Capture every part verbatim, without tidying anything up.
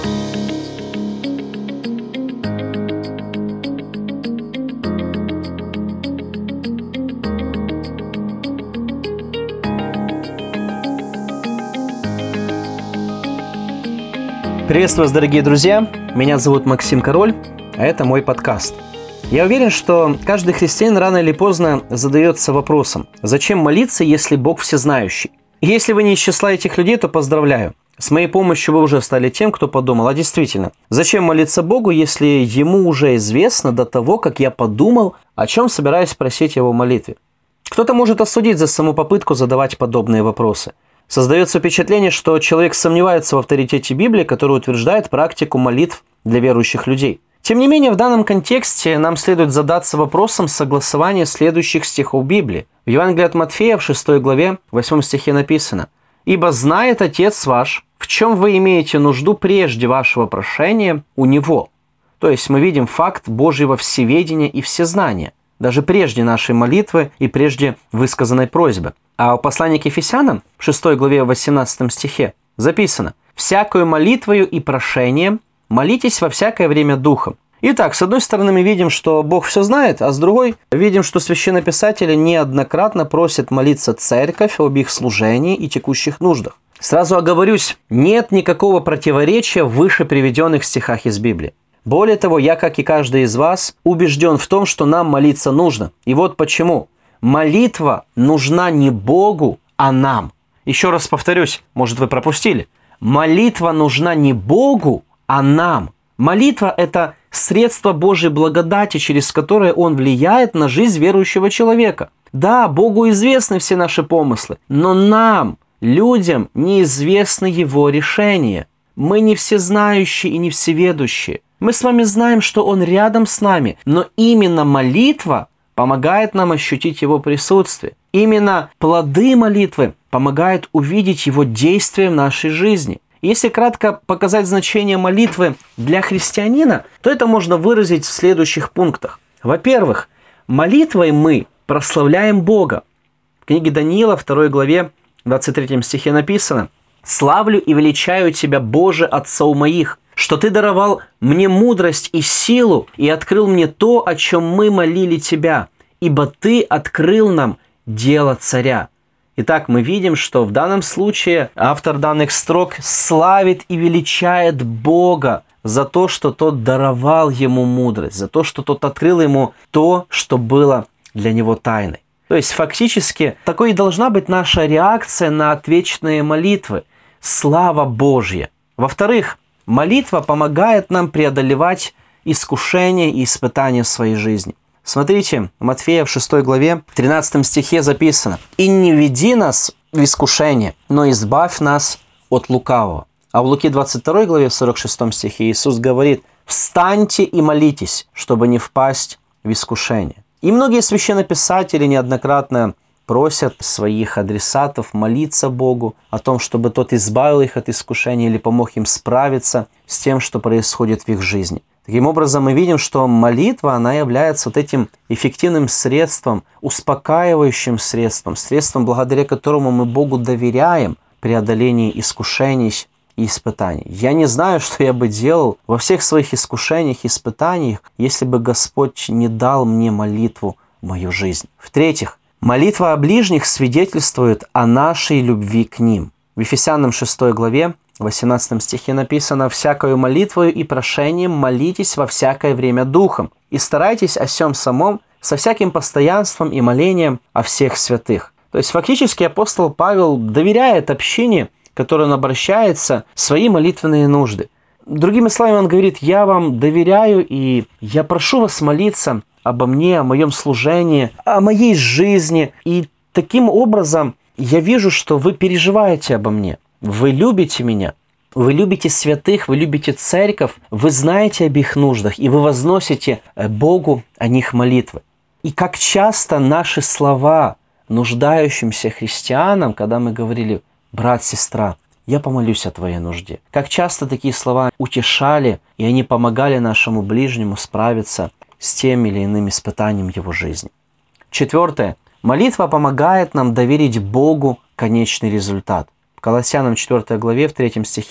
Приветствую вас, дорогие друзья! Меня зовут Максим Король, а это мой подкаст. Я уверен, что каждый христианин рано или поздно задается вопросом: зачем молиться, если Бог всезнающий? И если вы не из числа этих людей, то поздравляю. С моей помощью вы уже стали тем, кто подумал: а действительно, зачем молиться Богу, если Ему уже известно до того, как я подумал, о чем собираюсь просить Его в молитве? Кто-то может осудить за саму попытку задавать подобные вопросы. Создается впечатление, что человек сомневается в авторитете Библии, которая утверждает практику молитв для верующих людей. Тем не менее, в данном контексте нам следует задаться вопросом согласования следующих стихов Библии. В Евангелии от Матфея в шестой главе, восьмом стихе написано: «Ибо знает Отец ваш, в чем вы имеете нужду прежде вашего прошения у Него». То есть мы видим факт Божьего всеведения и всезнания, даже прежде нашей молитвы и прежде высказанной просьбы. А в послании к Ефесянам, в шестой главе, восемнадцатом стихе, записано: «Всякою молитвою и прошением молитесь во всякое время Духом». Итак, с одной стороны мы видим, что Бог все знает, а с другой видим, что священнописатели неоднократно просят молиться церковь об их служении и текущих нуждах. Сразу оговорюсь, нет никакого противоречия в выше приведенных стихах из Библии. Более того, я, как и каждый из вас, убежден в том, что нам молиться нужно. И вот почему. Молитва нужна не Богу, а нам. Еще раз повторюсь, может, вы пропустили. Молитва нужна не Богу, а нам. Молитва – это средство Божьей благодати, через которое Он влияет на жизнь верующего человека. Да, Богу известны все наши помыслы, но нам, людям, неизвестны Его решения. Мы не всезнающие и не всеведущие. Мы с вами знаем, что Он рядом с нами, но именно молитва помогает нам ощутить Его присутствие. Именно плоды молитвы помогают увидеть Его действие в нашей жизни. Если кратко показать значение молитвы для христианина, то это можно выразить в следующих пунктах. Во-первых, молитвой мы прославляем Бога. В книге Даниила, второй главе, двадцать третьем стихе написано: «Славлю и величаю Тебя, Боже, отцов моих, что Ты даровал мне мудрость и силу и открыл мне то, о чем мы молили Тебя, ибо Ты открыл нам дело царя». Итак, мы видим, что в данном случае автор данных строк славит и величает Бога за то, что Тот даровал ему мудрость, за то, что Тот открыл ему то, что было для него тайной. То есть, фактически, такой и должна быть наша реакция на отвеченные молитвы. Слава Божья! Во-вторых, молитва помогает нам преодолевать искушения и испытания в своей жизни. Смотрите, Матфея в шестой главе, в тринадцатом стихе записано: «И не веди нас в искушение, но избавь нас от лукавого». А в Луки двадцать второй главе, в сорок шестом стихе Иисус говорит: «Встаньте и молитесь, чтобы не впасть в искушение». И многие священнописатели неоднократно просят своих адресатов молиться Богу о том, чтобы Тот избавил их от искушения или помог им справиться с тем, что происходит в их жизни. Таким образом, мы видим, что молитва, она является вот этим эффективным средством, успокаивающим средством, средством, благодаря которому мы Богу доверяем преодоление искушений и испытаний. Я не знаю, что я бы делал во всех своих искушениях и испытаниях, если бы Господь не дал мне молитву в мою жизнь. В-третьих, молитва о ближних свидетельствует о нашей любви к ним. В Ефесянам шестой главе, в восемнадцатом стихе написано: «Всякою молитвою и прошением молитесь во всякое время Духом, и старайтесь о сем самом со всяким постоянством и молением о всех святых». То есть фактически апостол Павел доверяет общине, к которой он обращается, свои молитвенные нужды. Другими словами, он говорит: «Я вам доверяю, и я прошу вас молиться обо мне, о моем служении, о моей жизни. И таким образом я вижу, что вы переживаете обо мне. Вы любите меня, вы любите святых, вы любите церковь, вы знаете об их нуждах, и вы возносите Богу о них молитвы». И как часто наши слова нуждающимся христианам, когда мы говорили: «Брат, сестра, я помолюсь о твоей нужде». Как часто такие слова утешали, и они помогали нашему ближнему справиться с тем или иным испытанием его жизни. Четвертое. Молитва помогает нам доверить Богу конечный результат. В Колоссянам четвёртой главе, в третьем стихе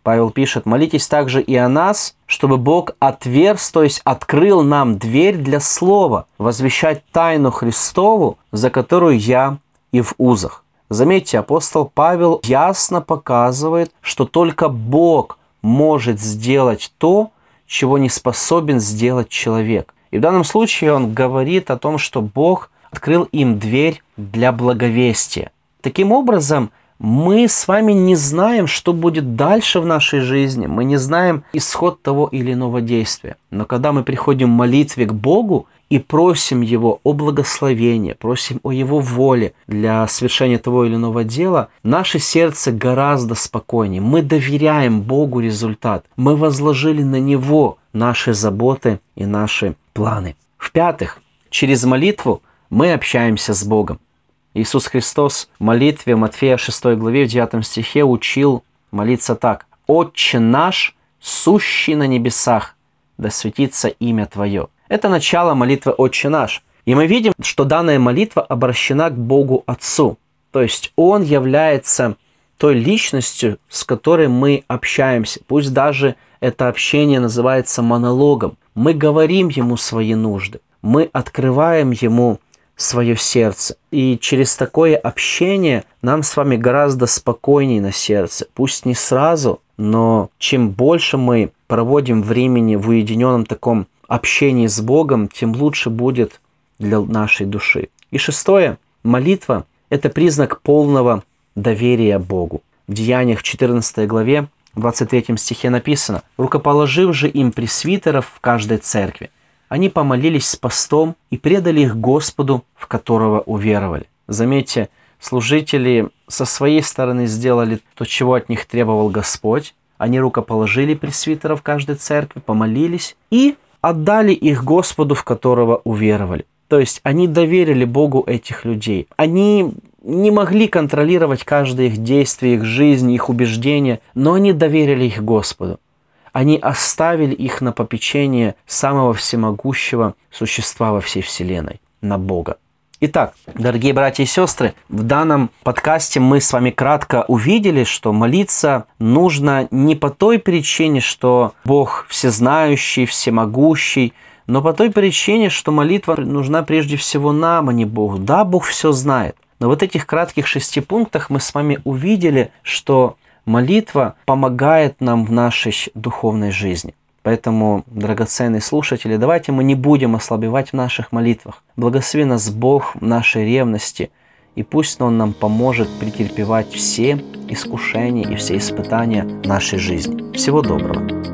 Павел пишет: «Молитесь также и о нас, чтобы Бог отверз, то есть открыл нам дверь для слова, возвещать тайну Христову, за которую я и в узах». Заметьте, апостол Павел ясно показывает, что только Бог может сделать то, чего не способен сделать человек. И в данном случае он говорит о том, что Бог открыл им дверь для благовестия. Таким образом, мы с вами не знаем, что будет дальше в нашей жизни. Мы не знаем исход того или иного действия. Но когда мы приходим в молитве к Богу и просим Его о благословении, просим о Его воле для совершения того или иного дела, наше сердце гораздо спокойнее. Мы доверяем Богу результат. Мы возложили на Него наши заботы и наши планы. В-пятых, через молитву мы общаемся с Богом. Иисус Христос в молитве в Матфея шестой главе в девятом стихе учил молиться так: «Отче наш, сущий на небесах, да светится имя Твое». Это начало молитвы «Отче наш». И мы видим, что данная молитва обращена к Богу Отцу. То есть Он является той личностью, с которой мы общаемся. Пусть даже это общение называется монологом. Мы говорим Ему свои нужды. Мы открываем Ему свое сердце. И через такое общение нам с вами гораздо спокойнее на сердце. Пусть не сразу, но чем больше мы проводим времени в уединенном таком общении с Богом, тем лучше будет для нашей души. И шестое. Молитва – это признак полного доверия Богу. В Деяниях четырнадцатой главе, в двадцать третьем стихе написано: «Рукоположив же им пресвитеров в каждой церкви, они помолились с постом и предали их Господу, в которого уверовали». Заметьте, служители со своей стороны сделали то, чего от них требовал Господь. Они рукоположили пресвитеров в каждой церкви, помолились и отдали их Господу, в которого уверовали. То есть они доверили Богу этих людей. Они не могли контролировать каждое их действие, их жизнь, их убеждения, но они доверили их Господу. Они оставили их на попечение самого всемогущего существа во всей вселенной, на Бога. Итак, дорогие братья и сестры, в данном подкасте мы с вами кратко увидели, что молиться нужно не по той причине, что Бог всезнающий, всемогущий, но по той причине, что молитва нужна прежде всего нам, а не Богу. Да, Бог все знает. Но вот в этих кратких шести пунктах мы с вами увидели, что молитва помогает нам в нашей духовной жизни. Поэтому, драгоценные слушатели, давайте мы не будем ослабевать в наших молитвах. Благослови нас Бог в нашей ревности, и пусть Он нам поможет претерпевать все искушения и все испытания нашей жизни. Всего доброго!